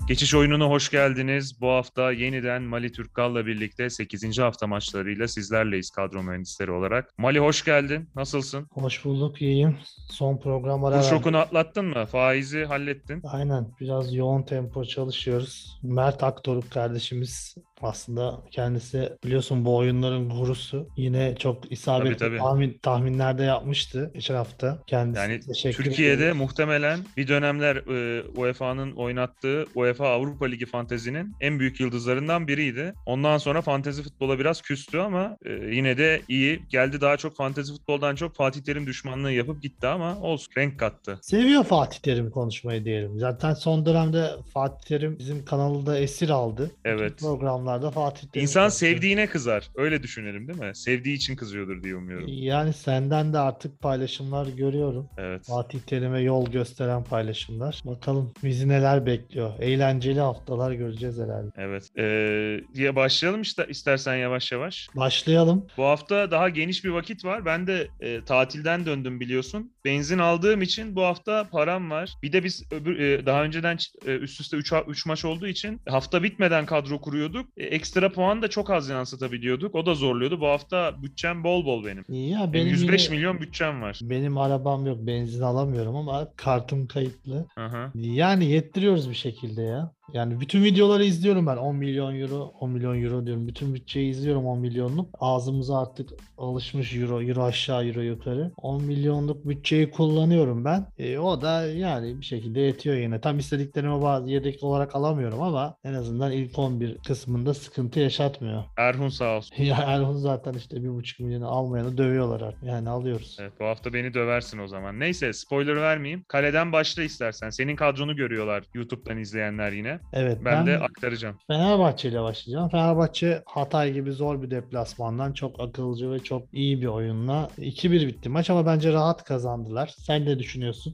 Geçiş oyununa hoş geldiniz. Bu hafta yeniden Mali Türkkal'la birlikte 8. hafta maçlarıyla sizlerleyiz kadro mühendisleri olarak. Mali hoş geldin. Nasılsın? Hoş bulduk, iyiyim. Son program Kur ara şokunu verdik. atlattın mı? Faizi hallettin. Aynen, biraz yoğun tempo çalışıyoruz. Mert Aktoruk kardeşimiz aslında kendisi biliyorsun bu oyunların gurusu. Yine çok Tabii isabetli tabii. tahminlerde yapmıştı geçen hafta. Kendisine Yani teşekkür Türkiye'de ediyoruz. muhtemelen bir dönemler UEFA'nın oynattığı UEFA Avrupa Ligi fantezinin en büyük yıldızlarından biriydi. Ondan sonra fantezi futbola biraz küstü ama yine de iyi. Geldi daha çok fantezi futboldan çok Fatih Terim düşmanlığı yapıp gitti ama olsun renk kattı. Seviyor Fatih Terim konuşmayı diyelim. Zaten son dönemde Fatih Terim bizim kanalı da esir aldı. Bütün Evet. programlarda Fatih Terim İnsan konuşuyor. sevdiğine kızar. Öyle düşünelim değil mi? Sevdiği için kızıyordur diye umuyorum. Yani senden de artık paylaşımlar görüyorum. Evet. Fatih Terim'e yol gösteren paylaşımlar. Bakalım bizi neler bekliyor. Eğlenceli haftalar göreceğiz herhalde. Evet. Diye başlayalım işte istersen yavaş yavaş. Başlayalım. Bu hafta daha geniş bir vakit var. Ben de tatilden döndüm biliyorsun. Benzin aldığım için bu hafta param var. Bir de biz daha önceden üst üste 3 maç olduğu için hafta bitmeden kadro kuruyorduk. Ekstra puan da çok az yansıtabiliyorduk. O da zorluyordu. Bu hafta bütçem bol bol benim. Ya Benim benim 105 yine milyon bütçem var. benim arabam yok. Benzin alamıyorum ama kartım kayıtlı. Hı hı. Yani yettiriyoruz bir şekilde ya. Yani bütün videoları izliyorum ben. 10 milyon euro, 10 milyon euro diyorum. Bütün bütçeyi izliyorum 10 milyonluk. Ağzımıza artık alışmış euro, euro aşağı, euro yukarı. 10 milyonluk bütçeyi kullanıyorum ben. O da yani bir şekilde yetiyor yine. Tam istediklerimi bazı yedek olarak alamıyorum ama en azından ilk 11 kısmında sıkıntı yaşatmıyor. Erhun sağ olsun. Ya Erhun zaten işte 1,5 milyonu almayanı dövüyorlar artık. Yani alıyoruz. Evet, bu hafta beni döversin o zaman. Neyse spoiler vermeyeyim. Kaleden başla istersen. Senin kadronu görüyorlar YouTube'dan izleyenler yine. Evet, Ben de ben aktaracağım. Fenerbahçe ile başlayacağım. Fenerbahçe Hatay gibi zor bir deplasmandan çok akılcı ve çok iyi bir oyunla 2-1 bitti maç ama bence rahat kazandılar. Sen ne düşünüyorsun?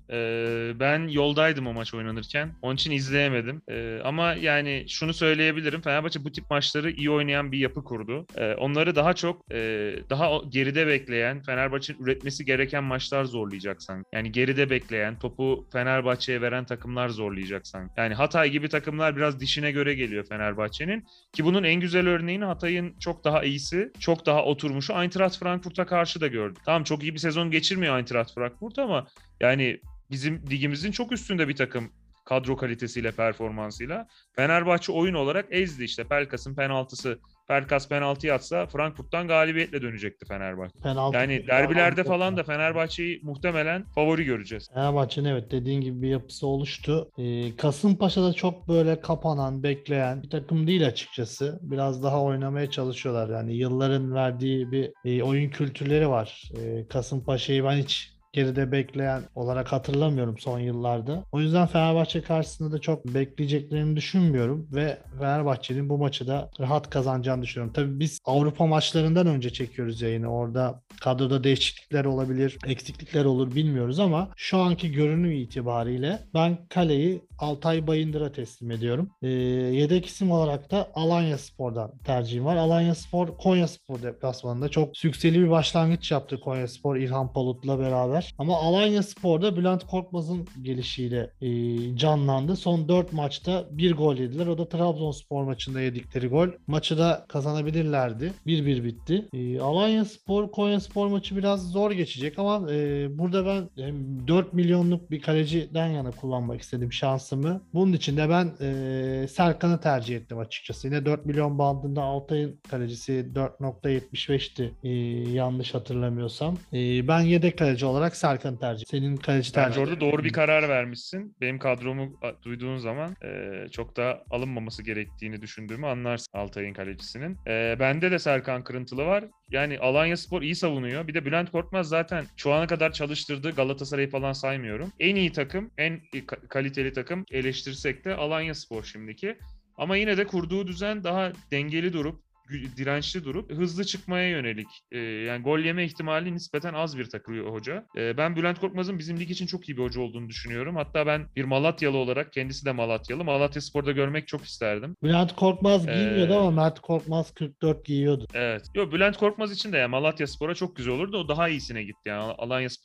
Ben yoldaydım o maç oynanırken. Onun için izleyemedim. Ama yani şunu söyleyebilirim. Fenerbahçe bu tip maçları iyi oynayan bir yapı kurdu. Onları daha çok daha geride bekleyen, Fenerbahçe'nin üretmesi gereken maçlar zorlayacak sanki. Yani geride bekleyen, topu Fenerbahçe'ye veren takımlar zorlayacak sanki. Yani Hatay gibi takımlar biraz dişine göre geliyor Fenerbahçe'nin. Ki bunun en güzel örneğini Hatay'ın çok daha iyisi, çok daha oturmuşu Eintracht Frankfurt'a karşı da gördük. Tamam çok iyi bir sezon geçirmiyor Eintracht Frankfurt ama yani bizim ligimizin çok üstünde bir takım kadro kalitesiyle, performansıyla. Fenerbahçe oyun olarak ezdi işte. Pelkas'ın penaltısı. Pelkas penaltıyı atsa Frankfurt'tan galibiyetle dönecekti Fenerbahçe. Penaltı Yani derbilerde falan da Fenerbahçe'yi muhtemelen favori göreceğiz. Fenerbahçe'nin evet dediğin gibi bir yapısı oluştu. Kasımpaşa'da çok böyle kapanan, bekleyen bir takım değil açıkçası. Biraz daha oynamaya çalışıyorlar. Yani yılların verdiği bir oyun kültürleri var. Kasımpaşa'yı ben hiç geride bekleyen olarak hatırlamıyorum son yıllarda. O yüzden Fenerbahçe karşısında da çok bekleyeceklerini düşünmüyorum ve Fenerbahçe'nin bu maçı da rahat kazanacağını düşünüyorum. Tabii biz Avrupa maçlarından önce çekiyoruz yayını. Orada kadroda değişiklikler olabilir, eksiklikler olur bilmiyoruz ama şu anki görünüm itibariyle ben kaleyi Altay Bayındır'a teslim ediyorum. Yedek isim olarak da Alanyaspor'dan tercihim var. Alanyaspor Konyaspor deplasmanında çok sükseli bir başlangıç yaptı Konyaspor İlhan Palut'la beraber. Ama Alanyaspor'da Bülent Korkmaz'ın gelişiyle canlandı. Son 4 maçta bir gol yediler. O da Trabzonspor maçında yedikleri gol. Maçı da kazanabilirlerdi. 1-1 bitti. Alanyaspor Konyaspor maçı biraz zor geçecek ama burada ben 4 milyonluk bir kaleciden yana kullanmak istedim şansımı. Bunun için de ben Serkan'ı tercih ettim açıkçası. Yine 4 milyon bandında Altay'ın kalecisi 4,75'ti yanlış hatırlamıyorsam. Ben yedek kaleci olarak Serkan'ı tercih ettim. Senin kaleci Bence orada tercihlerin doğru bir neydi? karar vermişsin. Benim kadromu duyduğun zaman çok da alınmaması gerektiğini düşündüğümü anlarsın Altay'ın kalecisinin. Bende de Serkan Kırıntılı var. Yani Alanyaspor iyi savunuyor. Bir de Bülent Korkmaz zaten şu ana kadar çalıştırdığı Galatasaray'ı falan saymıyorum. En iyi takım, en kaliteli takım eleştirsek de Alanyaspor şimdiki. Ama yine de kurduğu düzen daha dengeli durup dirençli durup hızlı çıkmaya yönelik yani gol yeme ihtimali nispeten az bir takıyor hoca. Ben Bülent Korkmaz'ın bizim lig için çok iyi bir hoca olduğunu düşünüyorum. Hatta ben bir Malatyalı olarak kendisi de Malatyalı. Malatyaspor'da görmek çok isterdim. Bülent Korkmaz giymiyordu E, ama Mert Korkmaz 44 giyiyordu. evet. Yo Bülent Korkmaz için de yani Malatyaspor'a çok güzel olurdu. O daha iyisine gitti. Yani Alanyaspor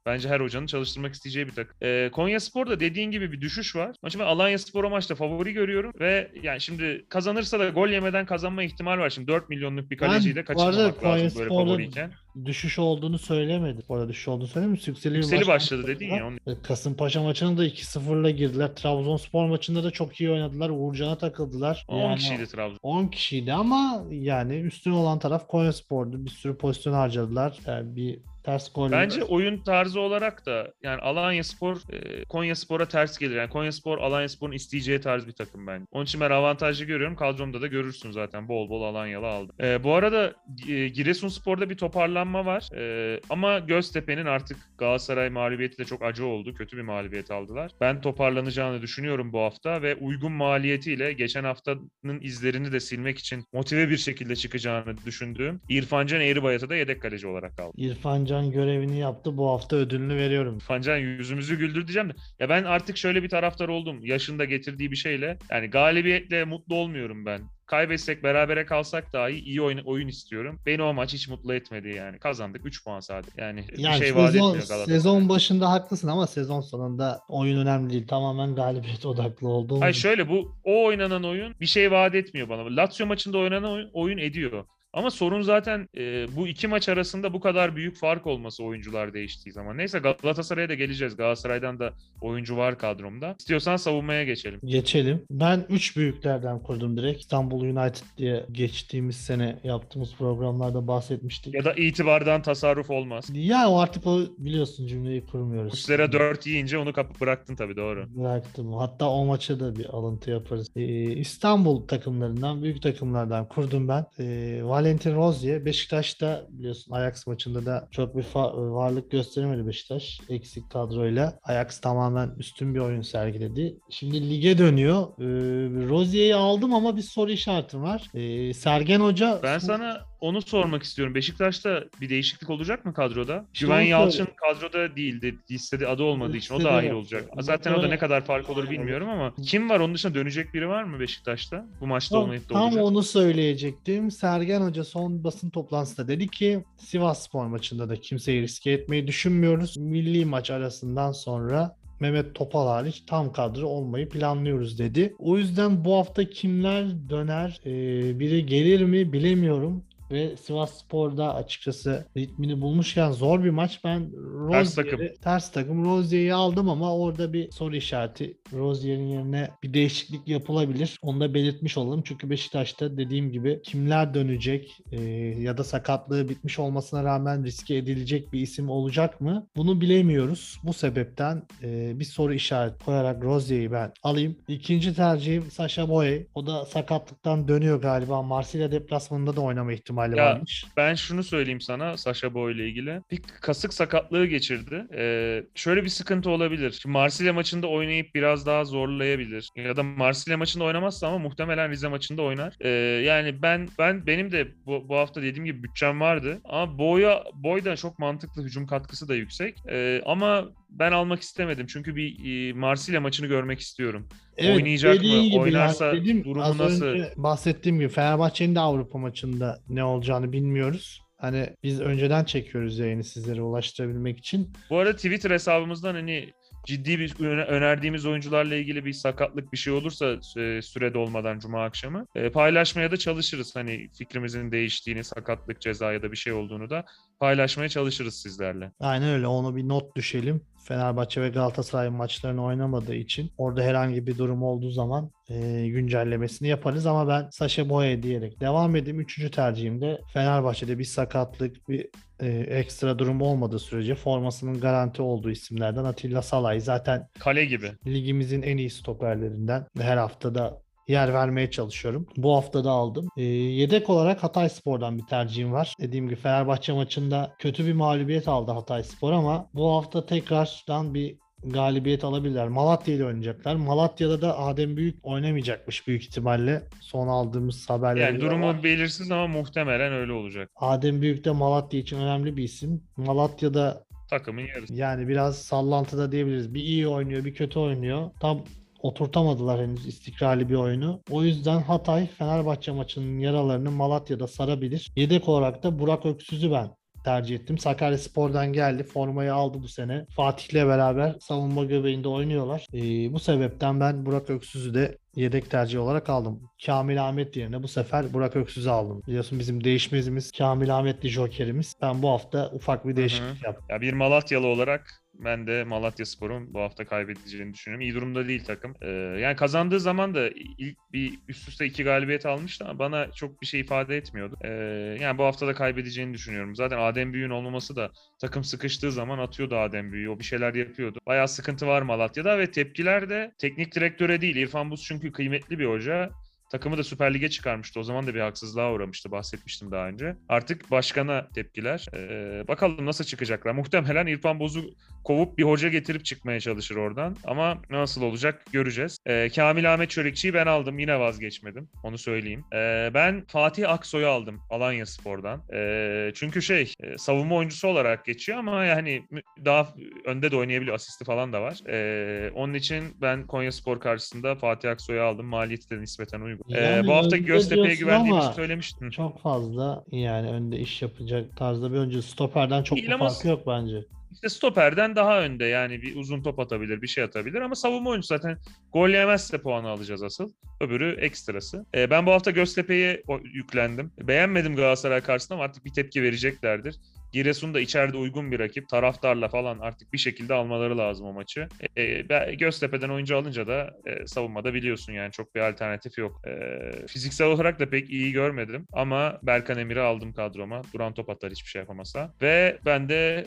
Bence her hocanın çalıştırmak isteyeceği bir takım. Konyaspor'da dediğin gibi bir düşüş var. Ama şimdi Alanyaspor o maçta favori görüyorum ve yani şimdi kazanırsa da gol yemeden kazanma ihtimal var. Şimdi 4 milyonluk bir kaleciyi Ben de bu arada kaçırmamak lazım böyle Konyaspor'da favoriyken. düşüş olduğunu söylemedim. Bu arada düşüş olduğunu söylemedim. Yükseli bir Yükseli maç başladı dedin oynadılar. ya. Onun... Kasımpaşa maçını da 2-0'la girdiler. Trabzonspor maçında da çok iyi oynadılar. Uğurcan'a takıldılar. 10 Yani kişiydi Trabzon. 10 kişiydi ama yani üstün olan taraf Konyaspor'du. Bir sürü pozisyon harcadılar. Yani bir ters golle. Bence oyun tarzı olarak da yani Alanyaspor Konyaspor'a ters gelir. Yani Konyaspor Alanyaspor'un isteyeceği tarz bir takım bence. Onun için ben avantajlı görüyorum. Kadromda da görürsün zaten. Bol bol Alanyalı aldım. Bu arada Giresunspor'da bir toparlanma var. Ama Göztepe'nin artık Galatasaray mağlubiyeti de çok acı oldu. Kötü bir mağlubiyet aldılar. Ben toparlanacağını düşünüyorum bu hafta ve uygun maliyetiyle geçen haftanın izlerini de silmek için motive bir şekilde çıkacağını düşündüğüm İrfan Can Eğribayat'a da yedek kaleci olarak aldım. İrfan Can görevini yaptı. Bu hafta ödülünü veriyorum. Fancan yüzümüzü güldür diyeceğim de. Ya ben artık şöyle bir taraftar oldum. Yaşında getirdiği bir şeyle. Yani galibiyetle mutlu olmuyorum ben. Kaybetsek berabere kalsak dahi iyi oyun istiyorum. Beni o maç hiç mutlu etmedi yani. Kazandık 3 puan sadece. Yani bir Yani şey vaat sezon, etmiyor Galatasaray. sezon başında haklısın ama sezon sonunda oyun önemli değil. Tamamen galibiyet odaklı Hayır olduğumuz. şöyle o oynanan oyun bir şey vaat etmiyor bana. Lazio maçında oynanan oyun ediyor. Ama sorun zaten bu iki maç arasında bu kadar büyük fark olması oyuncular değiştiği zaman. Neyse Galatasaray'a da geleceğiz. Galatasaray'dan da oyuncu var kadromda. İstiyorsan savunmaya geçelim. Geçelim. Ben 3 büyüklerden kurdum direkt. İstanbul United diye geçtiğimiz sene yaptığımız programlarda bahsetmiştik. Ya da itibardan tasarruf olmaz. Ya o artık o biliyorsun cümleyi kurmuyoruz. Muslera 4 yiyince onu kapıp bıraktın tabii doğru. Bıraktım. Hatta o maça da bir alıntı yaparız. İstanbul takımlarından, büyük takımlardan kurdum ben. Valentin Rozier, Beşiktaş'ta biliyorsun Ajax maçında da çok bir varlık gösteremedi Beşiktaş. Eksik kadroyla. Ajax tamamen üstün bir oyun sergiledi. Şimdi lige dönüyor. Rozier'i aldım ama bir soru işaretim var. Sergen Hoca Ben sana onu sormak istiyorum. Beşiktaş'ta bir değişiklik olacak mı kadroda? İşte Güven onu Yalçın kadroda değildi. Listede adı olmadığı için o Listede dahil yok. olacak. Zaten o da ne kadar fark olur bilmiyorum ama kim var onun dışında dönecek biri var mı Beşiktaş'ta? Bu maçta olmayıp da Tam olacak. onu söyleyecektim. Sergen Hoca son basın toplantısında dedi ki Sivasspor maçında da kimseyi riske etmeyi düşünmüyoruz. Milli maç arasından sonra Mehmet Topal hariç tam kadro olmayı planlıyoruz dedi. O yüzden bu hafta kimler döner, biri gelir mi bilemiyorum. Ve Sivasspor'da açıkçası ritmini bulmuşken zor bir maç. Ben Ters takım. ters takım Rozier'i aldım ama orada bir soru işareti. Rozier'in yerine bir değişiklik yapılabilir. Onu da belirtmiş olalım. Çünkü Beşiktaş'ta dediğim gibi kimler dönecek ya da sakatlığı bitmiş olmasına rağmen riske edilecek bir isim olacak mı? Bunu bilemiyoruz. Bu sebepten bir soru işareti koyarak Rozier'i ben alayım. İkinci tercihim Sacha Boey. O da sakatlıktan dönüyor galiba. Marsilya deplasmanında da oynama ihtimali Ya varmış. ben şunu söyleyeyim sana Sacha Boey ile ilgili. Bir kasık sakatlığı geçirdi. Şöyle bir sıkıntı olabilir. Şimdi Marsilya maçında oynayıp biraz daha zorlayabilir. Ya da Marsilya maçında oynamazsa ama muhtemelen Rize maçında oynar. Yani benim de bu hafta dediğim gibi bütçem vardı. Ama Boy da çok mantıklı. Hücum katkısı da yüksek. Ama ben almak istemedim. Çünkü bir Marsilya maçını görmek istiyorum. Evet, Oynayacak mı? dediğin gibi yani Oynarsa dedim durumu az nasıl? önce bahsettiğim gibi Fenerbahçe'nin de Avrupa maçında ne olacağını bilmiyoruz. Hani biz önceden çekiyoruz yayını sizlere ulaştırabilmek için. Bu arada Twitter hesabımızdan hani ciddi bir önerdiğimiz oyuncularla ilgili bir sakatlık bir şey olursa sürede olmadan Cuma akşamı paylaşmaya da çalışırız. Hani fikrimizin değiştiğini, sakatlık, ceza ya da bir şey olduğunu da paylaşmaya çalışırız sizlerle. Aynen öyle, onu bir not düşelim. Fenerbahçe ve Galatasaray maçlarını oynamadığı için orada herhangi bir durum olduğu zaman güncellemesini yaparız ama ben Sacha Boey diyerek devam edeyim. Üçüncü tercihimde Fenerbahçe'de bir sakatlık, bir ekstra durum olmadığı sürece formasının garanti olduğu isimlerden Atilla Salay. Zaten Kale gibi. ligimizin en iyi stoperlerinden her haftada yer vermeye çalışıyorum. Bu hafta da aldım. Yedek olarak Hatayspor'dan bir tercihim var. Dediğim gibi Fenerbahçe maçında kötü bir mağlubiyet aldı Hatayspor ama bu hafta tekrardan bir galibiyet alabilirler. Malatya ile oynayacaklar. Malatya'da da Adem Büyük oynamayacakmış büyük ihtimalle. Son aldığımız haberlere Yani göre var. durumu belirsiz ama muhtemelen öyle olacak. Adem Büyük de Malatya için önemli bir isim. Malatya'da Takımın yarısı. yani biraz sallantıda diyebiliriz. Bir iyi oynuyor, bir kötü oynuyor. Tam oturtamadılar henüz istikrarlı bir oyunu. O yüzden Hatay Fenerbahçe maçının yaralarını Malatya'da sarabilir. Yedek olarak da Burak Öksüz'ü ben tercih ettim. Sakaryaspor'dan geldi. Formayı aldı bu sene. Fatih'le beraber savunma göbeğinde oynuyorlar. Bu sebepten ben Burak Öksüz'ü de yedek tercih olarak aldım. Kamil Ahmet yerine bu sefer Burak Öksüz'ü aldım. Biliyorsun bizim değişmezimiz Kamil Ahmet'li jokerimiz. Ben bu hafta ufak bir Hı hı. değişiklik yaptım. Ya bir Malatyalı olarak ben de Malatyaspor'un bu hafta kaybedeceğini düşünüyorum. İyi durumda değil takım. Yani kazandığı zaman da ilk bir üst üste 2 galibiyet almıştı ama bana çok bir şey ifade etmiyordu. Yani bu hafta da kaybedeceğini düşünüyorum. Zaten Adem Büyük'ün olmaması da takım sıkıştığı zaman atıyordu Adem Büyük'ü. O bir şeyler yapıyordu. Bayağı sıkıntı var Malatya'da ve tepkiler de teknik direktöre değil. İrfan Buz çünkü kıymetli bir hoca. Takımı da Süper Lig'e çıkarmıştı. O zaman da bir haksızlığa uğramıştı. Bahsetmiştim daha önce. Artık başkana tepkiler. Bakalım nasıl çıkacaklar. Muhtemelen İrfan Boz'u kovup bir hoca getirip çıkmaya çalışır oradan. Ama nasıl olacak göreceğiz. Kamil Ahmet Çörekçi'yi ben aldım. Yine vazgeçmedim. Onu söyleyeyim. Ben Fatih Aksoy'u aldım Alanyaspor'dan. Çünkü savunma oyuncusu olarak geçiyor ama yani daha önde de oynayabiliyor. Asisti falan da var. Onun için ben Konyaspor karşısında Fatih Aksoy'u aldım. Maliyeti de nispeten uygun. Yani Bu hafta önde Göztepe'ye diyorsun güvendiğimizi ama söylemiştim. çok fazla yani önde iş yapacak tarzda bir oyuncu. Stoperden çok bir Değil ama farkı yok bence. işte stoperden daha önde yani bir uzun top atabilir, bir şey atabilir ama savunma oyuncusu zaten gol yemezse puanı alacağız asıl. Öbürü ekstrası. Ben bu hafta Göztepe'ye yüklendim. Beğenmedim Galatasaray karşısında ama artık bir tepki vereceklerdir. Giresun da içeride uygun bir rakip. Taraftarla falan artık bir şekilde almaları lazım o maçı. Göztepe'den oyuncu alınca da savunmada biliyorsun yani çok bir alternatif yok. Fiziksel olarak da pek iyi görmedim ama Berkan Emir'i aldım kadroma. Duran top atar hiçbir şey yapamasa. Ve ben de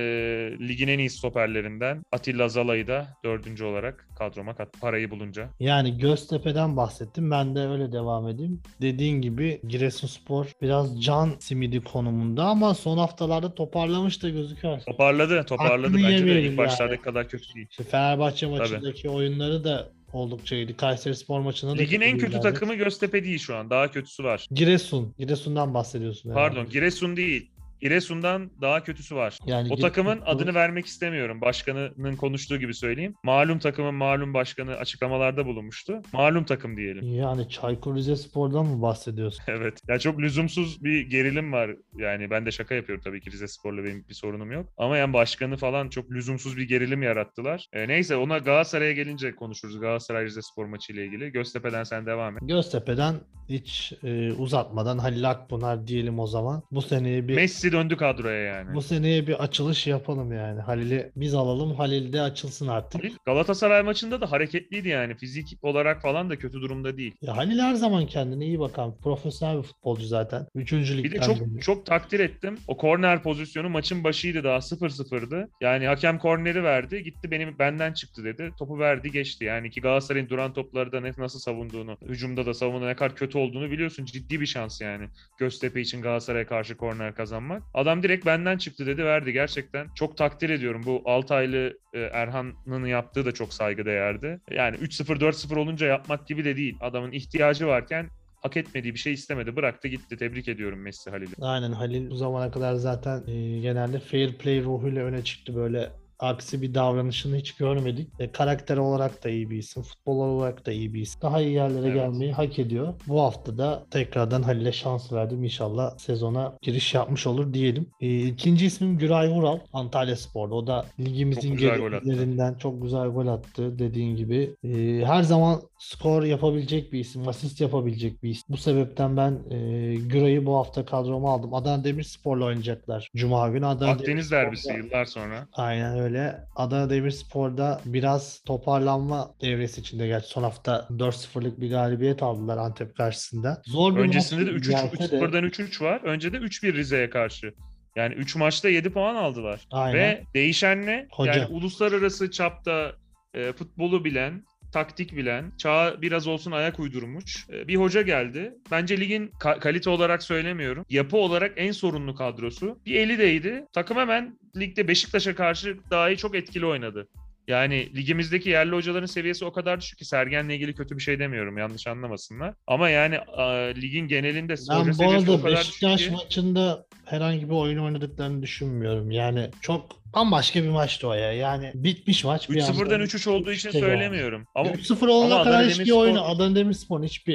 ligin en iyi stoperlerinden Atilla Zala'yı da 4. olarak kadroma parayı bulunca. Yani Göztepe'den bahsettim. Ben de öyle devam edeyim. Dediğin gibi Giresunspor biraz can simidi konumunda ama son haftalarda toparlamış da gözüküyor. Toparladı Hakkını bence de yemeyelim ilk yani. başlardaki kadar kötü değil. İşte Fenerbahçe Tabii. maçındaki oyunları da oldukça iyiydi. Kayserispor maçında da Ligin en kötü değillerdi. takımı Göztepe değil şu an. Daha kötüsü var. Giresun'dan bahsediyorsun herhalde. Pardon, Giresun değil. Giresun'dan daha kötüsü var. Yani O takımın Giresunspor- adını vermek istemiyorum. Başkanının konuştuğu gibi söyleyeyim. Malum takımın malum başkanı açıklamalarda bulunmuştu. Malum takım diyelim. Yani Çaykur Rizespor'dan mı bahsediyorsun? Evet. Ya çok lüzumsuz bir gerilim var. Yani ben de şaka yapıyorum tabii ki Rizespor'la benim bir sorunum yok. Ama yani başkanı falan çok lüzumsuz bir gerilim yarattılar. Neyse ona Galatasaray'a gelince konuşuruz. Galatasaray Rizespor maçı ile ilgili. Göztepe'den sen devam et. Göztepe'den hiç uzatmadan Halil Akpınar diyelim o zaman. Messi döndü kadroya yani. Bu seneye bir açılış yapalım yani. Halil'i biz alalım. Halil de açılsın artık. Halil Galatasaray maçında da hareketliydi yani. Fizik olarak falan da kötü durumda değil. Ya Halil her zaman kendine iyi bakan profesyonel bir futbolcu zaten. Üçüncü Bir de ligden geliyor. çok takdir ettim. O korner pozisyonu maçın başıydı daha 0-0'dı. Yani hakem korneri verdi. Gitti benden çıktı dedi. Topu verdi geçti. Yani ki Galatasaray'ın duran topları da nasıl savunduğunu, hücumda da savunma ne kadar kötü olduğunu biliyorsun. Ciddi bir şans yani. Göztepe için Galatasaray'a karşı korner kazanmak. Adam direkt benden çıktı dedi verdi. Gerçekten çok takdir ediyorum. Bu Altaylı Erhan'ın yaptığı da çok saygıdeğerdi. Yani 3-0 4-0 olunca yapmak gibi de değil. Adamın ihtiyacı varken hak etmediği bir şey istemedi. Bıraktı gitti. Tebrik ediyorum Messi Halil'i. Aynen Halil bu zamana kadar zaten genelde fair play ruhuyla öne çıktı. Böyle aksi bir davranışını hiç görmedik. Karakter olarak da iyi bir isim. Futbol olarak da iyi bir isim. Daha iyi yerlere Evet. gelmeyi hak ediyor. Bu hafta da tekrardan Halil'e şans verdim. İnşallah sezona giriş yapmış olur diyelim. İkinci ismim Güray Vural. Antalyaspor'da. O da ligimizin Çok güzel gol attı. gerilerinden çok güzel gol attı dediğin gibi. Her zaman skor yapabilecek bir isim. Asist yapabilecek bir isim. Bu sebepten ben Güray'ı bu hafta kadroma aldım. Adana Demirspor'la oynayacaklar. Cuma günü Akdeniz derbisi yıllar sonra. Aynen öyle. Adana Demirspor'da biraz toparlanma evresi içinde gerçi son hafta 4-0'lık bir galibiyet aldılar Antep karşısında. Zor bir Öncesinde de maç 3-3, gelse de 3-0'dan 3-3 var. Önce de 3-1 Rize'ye karşı. Yani 3 maçta 7 puan aldılar. Aynen. Ve değişen ne? Hoca. Yani uluslararası çapta futbolu bilen, taktik bilen, çağa biraz olsun ayak uydurmuş bir hoca geldi. Bence ligin kalite olarak söylemiyorum. Yapı olarak en sorunlu kadrosu. Bir eli değdi. Takım hemen ligde Beşiktaş'a karşı dahi çok etkili oynadı. Yani ligimizdeki yerli hocaların seviyesi o kadar düşük ki Sergen'le ilgili kötü bir şey demiyorum. Yanlış anlamasınlar. Ama yani ligin genelinde Ben hoca bu seviyesi o arada kadar düşük Beşiktaş ki. maçında herhangi bir oyun oynadıklarını düşünmüyorum. Yani çok bambaşka bir maçtı o ya. Yani bitmiş maç bir anda. 3-0'dan 3-3 olduğu için İşte yani. söylemiyorum. Ama 3-0 olana kadar Adana hiçbir oyunu Demirspor Adana Demirspor'un hiçbir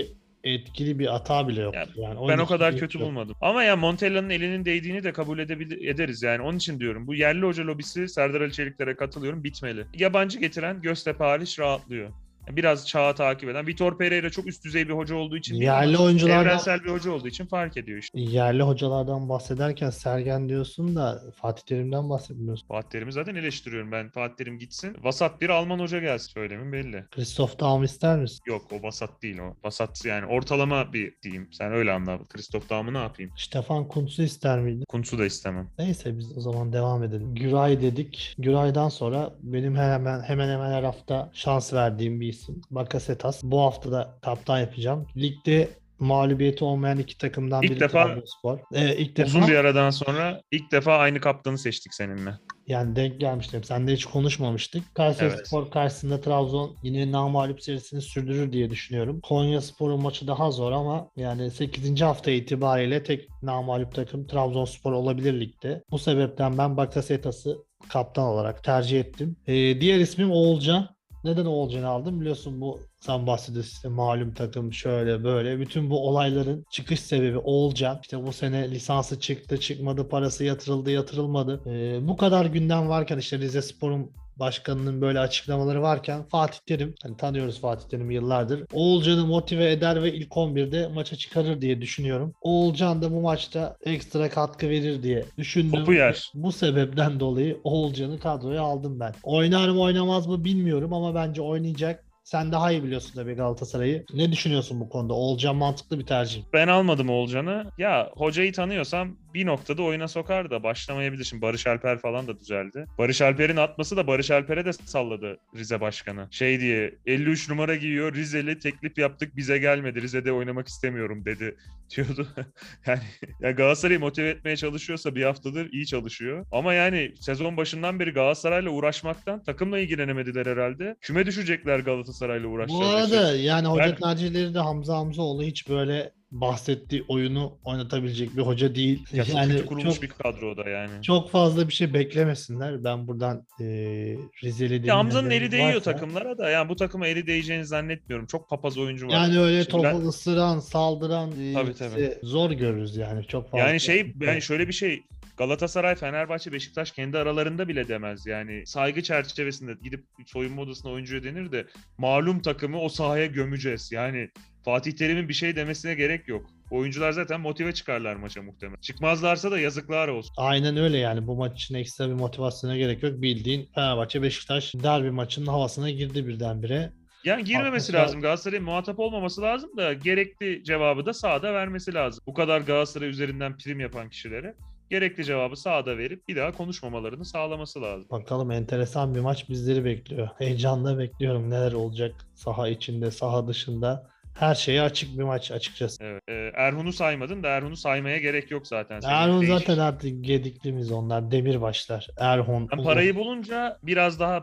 etkili bir hata bile Yani yoktu. Yani ben oyun o içinde kadar hiç kötü yok. bulmadım. Ama ya Montella'nın elinin değdiğini de kabul ederiz yani. Onun için diyorum. Bu yerli hoca lobisi, Serdar Ali Çelikler'e katılıyorum, bitmeli. Yabancı getiren Göztepe hariç rahatlıyor. Biraz çağı takip eden. Vitor Pereira çok üst düzey bir hoca olduğu için değil ama Yerli oyunculardan evrensel bir hoca olduğu için fark ediyor işte. Yerli hocalardan bahsederken Sergen diyorsun da Fatih Terim'den bahsetmiyorsun. Fatih Terim'i zaten eleştiriyorum ben. Fatih Terim gitsin. Vasat bir Alman hoca gelsin. Söylemin belli. Christoph Daum ister misin? Yok, o vasat değil o. Vasat yani ortalama bir diyeyim. Sen öyle anla. Christoph Daum'u ne yapayım? Stefan Kuntz'u ister miydin? Kuntz'u da istemem. Neyse biz o zaman devam edelim. Güray dedik. Güray'dan sonra benim hemen her hafta şans verdiğim bir isim. Bakasetas. Bu hafta da kaptan yapacağım. Ligde mağlubiyeti olmayan iki takımdan İlk biri defa Trabzonspor. İlk uzun defa bir aradan sonra ilk defa aynı kaptanı seçtik seninle. yani denk gelmiştim. Seninle hiç konuşmamıştık. Evet. Kayserispor karşısında Trabzon yine namağlup serisini sürdürür diye düşünüyorum. Konyaspor'un maçı daha zor ama yani 8. hafta itibariyle tek namağlup takım Trabzonspor olabilir ligde. Bu sebepten ben Bakasetas'ı kaptan olarak tercih ettim. Diğer ismim Oğulcan. Neden Oğulcan'ı aldım? Biliyorsun bu sen bahsediyorsun işte malum takım şöyle böyle. Bütün bu olayların çıkış sebebi Oğulcan. İşte bu sene lisansı çıktı çıkmadı, parası yatırıldı yatırılmadı. Bu kadar gündem varken işte Rizespor'un başkanının böyle açıklamaları varken Fatih Terim, hani tanıyoruz Fatih Terim'i yıllardır. Oğulcan'ı motive eder ve ilk 11'de maça çıkarır diye düşünüyorum. Oğulcan da bu maçta ekstra katkı verir diye düşündüm. Topu yer. Bu sebepten dolayı Oğulcan'ı kadroya aldım ben. Oynar mı oynamaz mı bilmiyorum ama bence oynayacak. Sen daha iyi biliyorsun tabii Galatasaray'ı. Ne düşünüyorsun bu konuda? Oğulcan mantıklı bir tercih. Ben almadım Olcan'ı. Ya hocayı tanıyorsam bir noktada oyuna sokar da başlamayabilir. Şimdi Barış Alper falan da düzeldi. Barış Alper'in atması da Barış Alper'e de salladı Rize Başkanı. Şey diye 53 numara giyiyor, Rizeli teklif yaptık bize gelmedi. Rize'de oynamak istemiyorum dedi diyordu. Yani ya Galatasaray'ı motive etmeye çalışıyorsa bir haftadır iyi çalışıyor. Ama yani sezon başından beri Galatasaray'la uğraşmaktan takımla ilgilenemediler herhalde. Küme düşecekler Galatasaray'la Bu uğraşacağız diye. arada yani hoca Ben tercihleri de Hamza Hamzaoğlu hiç böyle bahsettiği oyunu oynatabilecek bir hoca değil. ya çok Yani kötü kurulmuş çok bir kadro o da yani. çok fazla bir şey beklemesinler. Ben buradan Rizeli Ya Hamza'nın eli dinleyenlerimiz değiyor varsa takımlara da. Yani bu takıma eli değeceğini zannetmiyorum. Çok papaz oyuncu var. yani öyle Şimdi topu ısıran, saldıran tabii tabii. işte zor görürüz yani çok fazla. Yani yani şöyle bir şey. Galatasaray, Fenerbahçe, Beşiktaş kendi aralarında bile demez. Yani saygı çerçevesinde gidip soyunma odasına oyuncuya denir de malum takımı o sahaya gömeceğiz. Yani Fatih Terim'in bir şey demesine gerek yok. Oyuncular zaten motive çıkarlar maça muhtemelen. Çıkmazlarsa da yazıklar olsun. Aynen öyle yani bu maç için ekstra bir motivasyona gerek yok. Bildiğin Fenerbahçe Beşiktaş derbi maçının havasına girdi birdenbire. Yani girmemesi Atmosfer lazım. Galatasaray'ın muhatap olmaması lazım da gerekli cevabı da sahada vermesi lazım. Bu kadar Galatasaray üzerinden prim yapan kişilere gerekli cevabı sahada verip bir daha konuşmamalarını sağlaması lazım. bakalım enteresan bir maç bizleri bekliyor. Heyecanla bekliyorum neler olacak saha içinde, saha dışında. Her şeye açık bir maç açıkçası. Evet. Erhun'u saymadın da Erhun'u saymaya gerek yok zaten. Senin Erhun zaten değişik. artık gediklimiz onlar. Demirbaşlar. Erhun, Ben Ulu. parayı bulunca biraz daha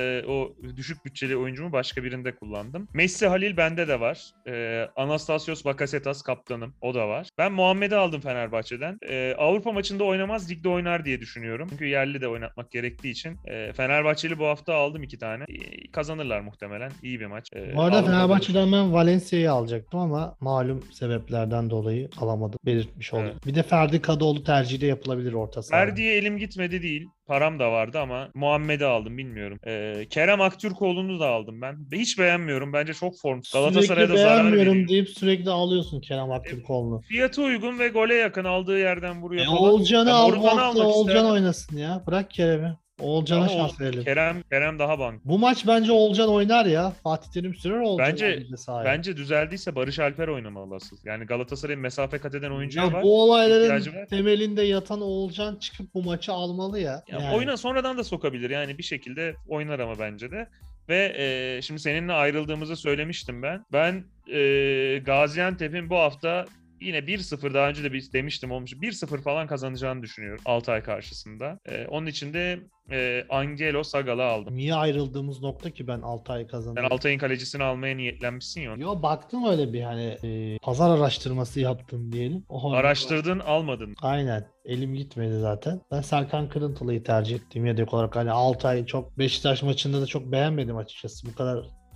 o düşük bütçeli oyuncumu başka birinde kullandım. Messi Halil bende de var. Anastasios Bakasetas kaptanım. O da var. Ben Muhammed'i aldım Fenerbahçe'den. Avrupa maçında oynamaz, ligde oynar diye düşünüyorum. Çünkü yerli de oynatmak gerektiği için. Fenerbahçeli bu hafta aldım 2 tane. Kazanırlar muhtemelen. İyi bir maç. Bu arada Avrupa'da da. Fenerbahçe'den ben Valencia'yı alacaktım ama malum sebeplerden dolayı alamadım. Belirtmiş olayım. Evet. Bir de Ferdi Kadıoğlu tercihi de yapılabilir orta sahada. Verdiği elim gitmedi değil. Param da vardı ama Muhammed'i aldım bilmiyorum. Kerem Aktürkoğlu'nu da aldım ben. Hiç beğenmiyorum. Bence çok formsuz. Galatasaray'a Sürekli da zarar beğenmiyorum veriyor. deyip sürekli alıyorsun Kerem Aktürkoğlu'nu. Fiyatı uygun ve gole yakın aldığı yerden vuruyor falan. Oğulcan'ı Ya al bu Morutan'ı hafta almak Oğulcan isterdim. oynasın ya. Bırak Kerem'i. Oğulcan'a Ama şans verelim. Kerem daha bank. Bu maç bence Oğulcan oynar ya. Fatih Terim sürer Oğulcan'ı Bence bir de sahaya. bence düzeldiyse Barış Alper oynamalı asıl. Yani Galatasaray'ın mesafe kat eden oyuncuya Ya var. bu olayların İhtiyacı var. temelinde yatan Oğulcan çıkıp bu maçı almalı ya. Ya Yani oyuna sonradan da sokabilir. Yani bir şekilde oynar ama bence de. Ve şimdi seninle ayrıldığımızı söylemiştim ben. Ben Gaziantep'in bu hafta yine 1-0 daha önce de demiştim olmuş. 1-0 falan kazanacağını düşünüyorum Altay karşısında. Onun için de Angelo Sagal'ı aldım. niye ayrıldığımız nokta ki ben 6 ay Sen kazanıyorum. Altay'ın kalecisini almaya niyetlenmişsin ya. Yo baktım öyle bir hani pazar araştırması yaptım diyelim. Araştırdın, almadın. Aynen. Elim gitmedi zaten. Ben Serkan Kırıntılı'yı tercih ettim yedek olarak. Hani Altay çok Beşiktaş maçında da çok beğenmedim açıkçası. Bu kadar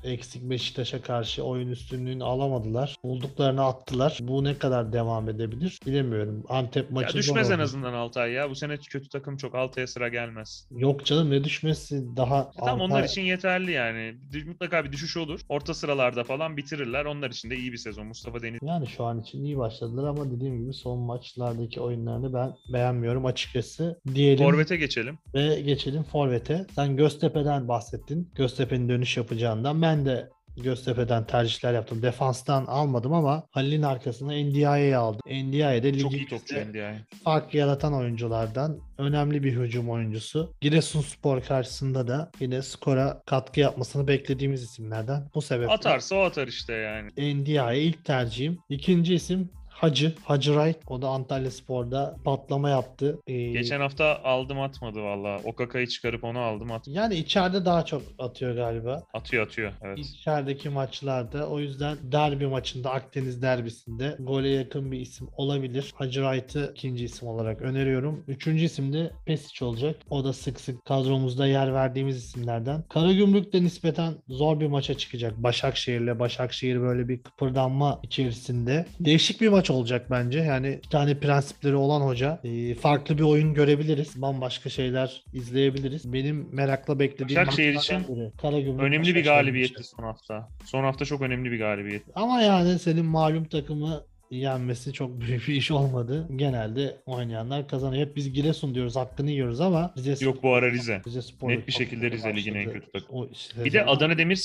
eksik Beşiktaş'a karşı oyun üstünlüğünü alamadılar. Bulduklarını attılar. Bu ne kadar devam edebilir bilemiyorum. Antep Ya maçı zor düşmez en oldu. azından Altay ya. Bu sene kötü takım çok Altay'a sıra gelmez. Yok canım, ne düşmesi, daha Tam onlar Altay. için yeterli yani. Mutlaka bir düşüş olur. Orta sıralarda falan bitirirler. Onlar için de iyi bir sezon. Mustafa Deniz. Yani şu an için iyi başladılar ama dediğim gibi son maçlardaki oyunlarını ben beğenmiyorum açıkçası. Diyelim Forvet'e geçelim. ve geçelim forvete. Sen Göztepe'den bahsettin. Göztepe'nin dönüş yapacağından. Ben de Göztepe'den tercihler yaptım. Defanstan almadım ama Halil'in arkasına Ndiaye'yi aldım. Ndiaye de Çok iyi topçu ligimizde NDI. fark yaratan oyunculardan, önemli bir hücum oyuncusu. Giresunspor karşısında da yine skora katkı yapmasını beklediğimiz isimlerden. Bu sebeple Atarsa o atar işte yani. Ndiaye ilk tercihim. İkinci isim Hacı Wright. O da Antalyaspor'da patlama yaptı. Geçen hafta aldım atmadı valla. Okaka'yı çıkarıp onu aldım Yani içeride daha çok atıyor galiba. atıyor evet. İçerideki maçlarda, o yüzden derbi maçında, Akdeniz derbisinde gole yakın bir isim olabilir. Hacı Wright'ı ikinci isim olarak öneriyorum. Üçüncü isim de Pesic olacak. O da sık sık kadromuzda yer verdiğimiz isimlerden. Karagümrük de nispeten zor bir maça çıkacak. Başakşehir böyle bir kıpırdanma içerisinde. Değişik bir maç olacak bence. Yani bir tane prensipleri olan hoca. Farklı bir oyun görebiliriz. Bambaşka şeyler izleyebiliriz. Benim merakla beklediğim Başakşehir maçlardan için biri. Karagümrük önemli bir Başakşehir maçı. galibiyetti son hafta. Son hafta çok önemli bir galibiyet. Ama yani senin malum takımı yenmesi çok büyük bir iş olmadı. Genelde oynayanlar kazanıyor. Hep biz Giresun diyoruz, hakkını yiyoruz ama Yok bu ara Rize. Rize Net bir şekilde Rize ligin en kötü takımı. O Bir de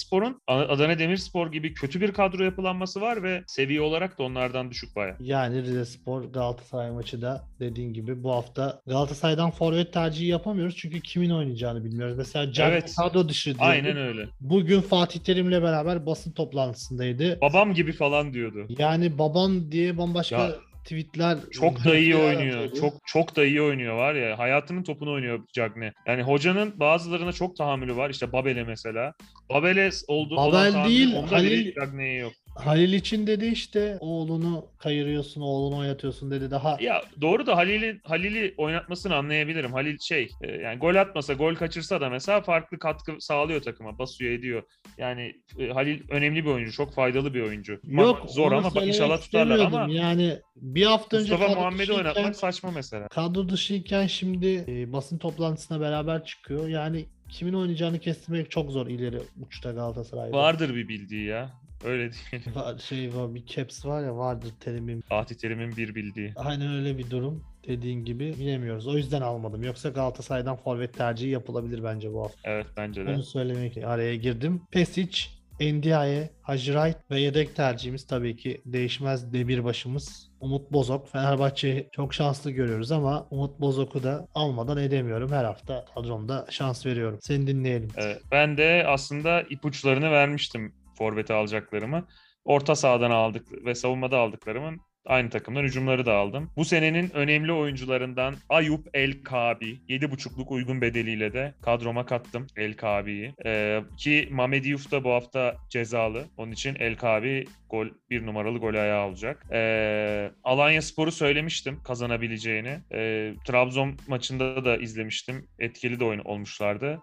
Adana Demirspor gibi kötü bir kadro yapılanması var ve seviye olarak da onlardan düşük baya. yani Rizespor Galatasaray maçı da dediğin gibi bu hafta Galatasaray'dan forvet tercihi yapamıyoruz çünkü kimin oynayacağını bilmiyoruz. Mesela Cagne Evet. kadro dışı diyordu. Aynen öyle. Bugün Fatih Terim'le beraber basın toplantısındaydı. Babam gibi falan diyordu. Yani baban diye bambaşka Ya tweetler, çok da iyi görüntüler oynuyor. atıyordu. Çok da iyi oynuyor var ya. Hayatının topunu oynuyor Cagne. Yani hocanın bazılarına çok tahammülü var. İşte Babel'e mesela. Babel'e olan Babel tahammülü değil, onda bile Cagne'ye yok. Halil için dedi işte, oğlunu kayırıyorsun, oğlunu oynatıyorsun dedi daha. Ya doğru da Halil'i oynatmasını anlayabilirim. Halil yani gol atmasa, gol kaçırsa da mesela farklı katkı sağlıyor takıma. Basıyor, ediyor. Yani Halil önemli bir oyuncu. Çok faydalı bir oyuncu. Yok, Zor onu ama söylemek inşallah tutarlar istemiyordum. ama Yani bir hafta önce Mustafa kadro Muhammed'i dışıyken, oynatmak saçma mesela. kadro dışıyken şimdi basın toplantısına beraber çıkıyor. Yani kimin oynayacağını kestirmek çok zor ileri uçta Galatasaray'da. Vardır bir bildiği ya. Öyle diyelim. Şey var, bir caps var ya, vardır terimim. Fatih Terim'in bir bildiği. Aynen öyle bir durum. Dediğin gibi bilemiyoruz. O yüzden almadım. Yoksa Galatasaray'dan forvet tercihi yapılabilir bence bu hafta. Evet bence de. Onu söylemek araya girdim. Pesic, Ndiaye, Hacı Wright ve yedek tercihimiz tabii ki değişmez demirbaşımız Umut Bozok. Fenerbahçe'yi çok şanslı görüyoruz ama Umut Bozok'u da almadan edemiyorum. Her hafta kadromda şans veriyorum. Seni dinleyelim. Evet. Ben de aslında ipuçlarını vermiştim forveti alacaklarımı. Orta sahadan aldık ve savunmada aldıklarımın aynı takımdan hücumları da aldım. Bu senenin önemli oyuncularından Ayup El Kabi. 7,5'luk uygun bedeliyle de kadroma kattım El Kabi'yi. Ki Mehmet Diouf da bu hafta cezalı. Onun için El Kabi bir numaralı gol ayağı olacak. Alanyaspor'u söylemiştim kazanabileceğini. Trabzon maçında da izlemiştim. Etkili de oyun olmuşlardı.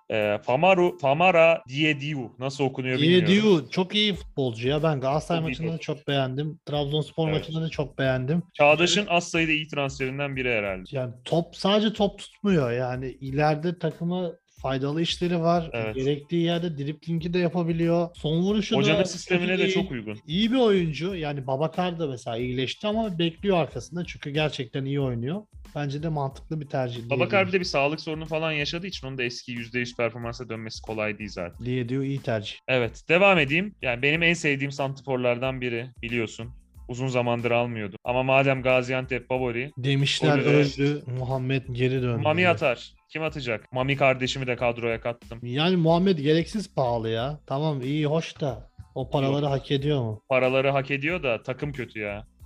Famara Diédhiou nasıl okunuyor bilmiyorum. Diédhiou çok iyi futbolcu ya. Ben Galatasaray Çok iyi maçında da topçu. çok beğendim. Trabzonspor Evet. maçında da çok beğendim. Çağdaş'ın az sayıda iyi transferinden biri herhalde. Yani sadece top tutmuyor. Yani ileride takıma faydalı işleri var. Evet. Gerektiği yerde driblingi de yapabiliyor. Son vuruşu Hocanın da sistemine kötü de değil. çok uygun. İyi bir oyuncu. Yani Babakar da mesela iyileşti ama bekliyor arkasında. Çünkü gerçekten iyi oynuyor. Bence de mantıklı bir tercih. Babakar bir de bir sağlık sorunu falan yaşadığı için onun da eski %100 performansa dönmesi kolay değil zaten. Diyor iyi tercih. Evet, devam edeyim. Yani benim en sevdiğim santrforlardan biri biliyorsun. Uzun zamandır almıyordum. Ama madem Gaziantep favori, Demişler golü de öldü. Muhammed geri döndü. Mami atar. Kim atacak? Mami kardeşimi de kadroya kattım. Yani Muhammed gereksiz pahalı ya. Tamam, iyi hoş da o paraları Yok. hak ediyor mu? Paraları hak ediyor da takım kötü ya.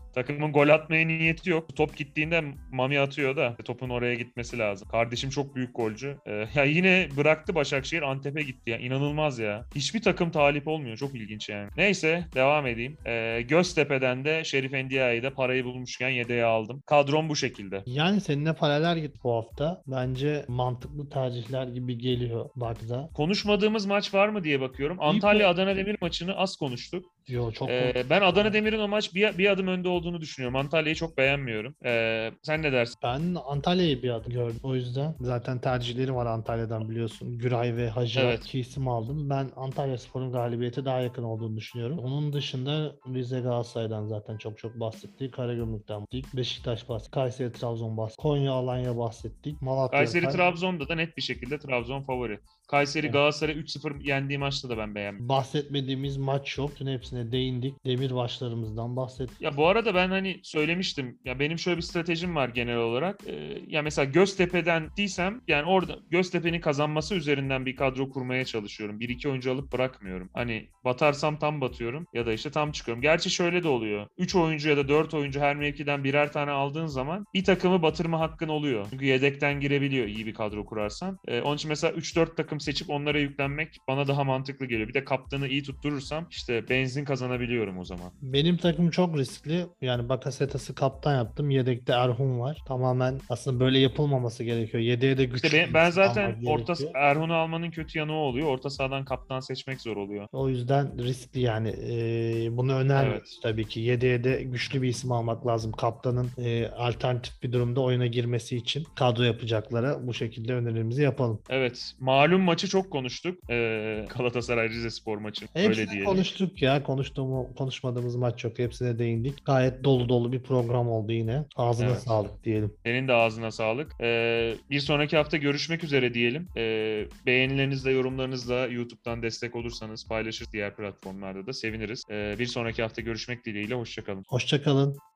Takımın gol atmaya niyeti yok. Top gittiğinde Mami atıyor da topun oraya gitmesi lazım. Kardeşim çok büyük golcü. Ya yine bıraktı Başakşehir, Antep'e gitti ya. İnanılmaz ya. Hiçbir takım talip olmuyor. Çok ilginç yani. Neyse devam edeyim. Göztepe'den de Şerif Endiaye'de parayı bulmuşken yedeğe aldım. Kadrom bu şekilde. Yani seninle paralel git bu hafta. Bence mantıklı tercihler gibi geliyor Bagda. Konuşmadığımız maç var mı diye bakıyorum. İlk Antalya-Adana Demir maçını az konuştuk. Yo, çok Ben Adana Demir'in o maç bir adım önde olduğunu düşünüyorum. Antalya'yı çok beğenmiyorum. Sen ne dersin? Ben Antalya'yı bir adım gördüm. O yüzden zaten tercihleri var Antalya'dan biliyorsun. Güray ve Hacı Evet. iki isim aldım. Ben Antalyaspor'un galibiyete daha yakın olduğunu düşünüyorum. Onun dışında Rize Galatasaray'dan zaten çok bahsettik. Karagümrük'ten bahsettik. Beşiktaş bahsettik. Kayseri Trabzon bahsettik. Konya Alanya bahsettik. Malatya Kayseri-Trabzon'da da net bir şekilde Trabzon favori. Kayseri Evet. Galatasaray 3-0 yendiği maçta da ben beğenmedim. Bahsetmediğimiz maç yok. Tüm hepsine değindik. Demirbaşlarımızdan bahsettik. Ya bu arada ben hani söylemiştim. Ya benim şöyle bir stratejim var genel olarak. Ya mesela Göztepe'den değilsem yani orada Göztepe'nin kazanması üzerinden bir kadro kurmaya çalışıyorum. Bir iki oyuncu alıp bırakmıyorum. Hani batarsam tam batıyorum ya da işte tam çıkıyorum. Gerçi şöyle de oluyor. 3 oyuncu ya da 4 oyuncu her mevkiden birer tane aldığın zaman bir takımı batırma hakkın oluyor. Çünkü yedekten girebiliyor iyi bir kadro kurarsan. Onun için mesela 3-4 takım seçip onlara yüklenmek bana daha mantıklı geliyor. Bir de kaptanı iyi tutturursam işte benzin kazanabiliyorum o zaman. Benim takım çok riskli. Yani Bakasetas'ı kaptan yaptım. Yedekte Erhun var. Tamamen aslında böyle yapılmaması gerekiyor. Yedeğe de İşte güçlü bir ben isim zaten almak gerekiyor. Erhun'u almanın kötü yanı o oluyor. Orta sahadan kaptan seçmek zor oluyor. O yüzden riskli yani. Bunu önermiyoruz Evet. tabii ki. Yedeğe de güçlü bir isim almak lazım. Kaptanın alternatif bir durumda oyuna girmesi için kadro yapacaklara bu şekilde önerimizi yapalım. Evet. Malum maçı çok konuştuk. Galatasaray Rizespor maçı. Öyle Hepsini diyelim. konuştuk ya. Konuşmadığımız maç yok. Hepsine değindik. Gayet dolu dolu bir program oldu yine. Ağzına Evet. sağlık diyelim. Senin de ağzına sağlık. Bir sonraki hafta görüşmek üzere diyelim. Beğenilerinizle, yorumlarınızla YouTube'dan destek olursanız paylaşır diğer platformlarda da seviniriz. Bir sonraki hafta görüşmek dileğiyle. Hoşça kalın. Hoşça kalın.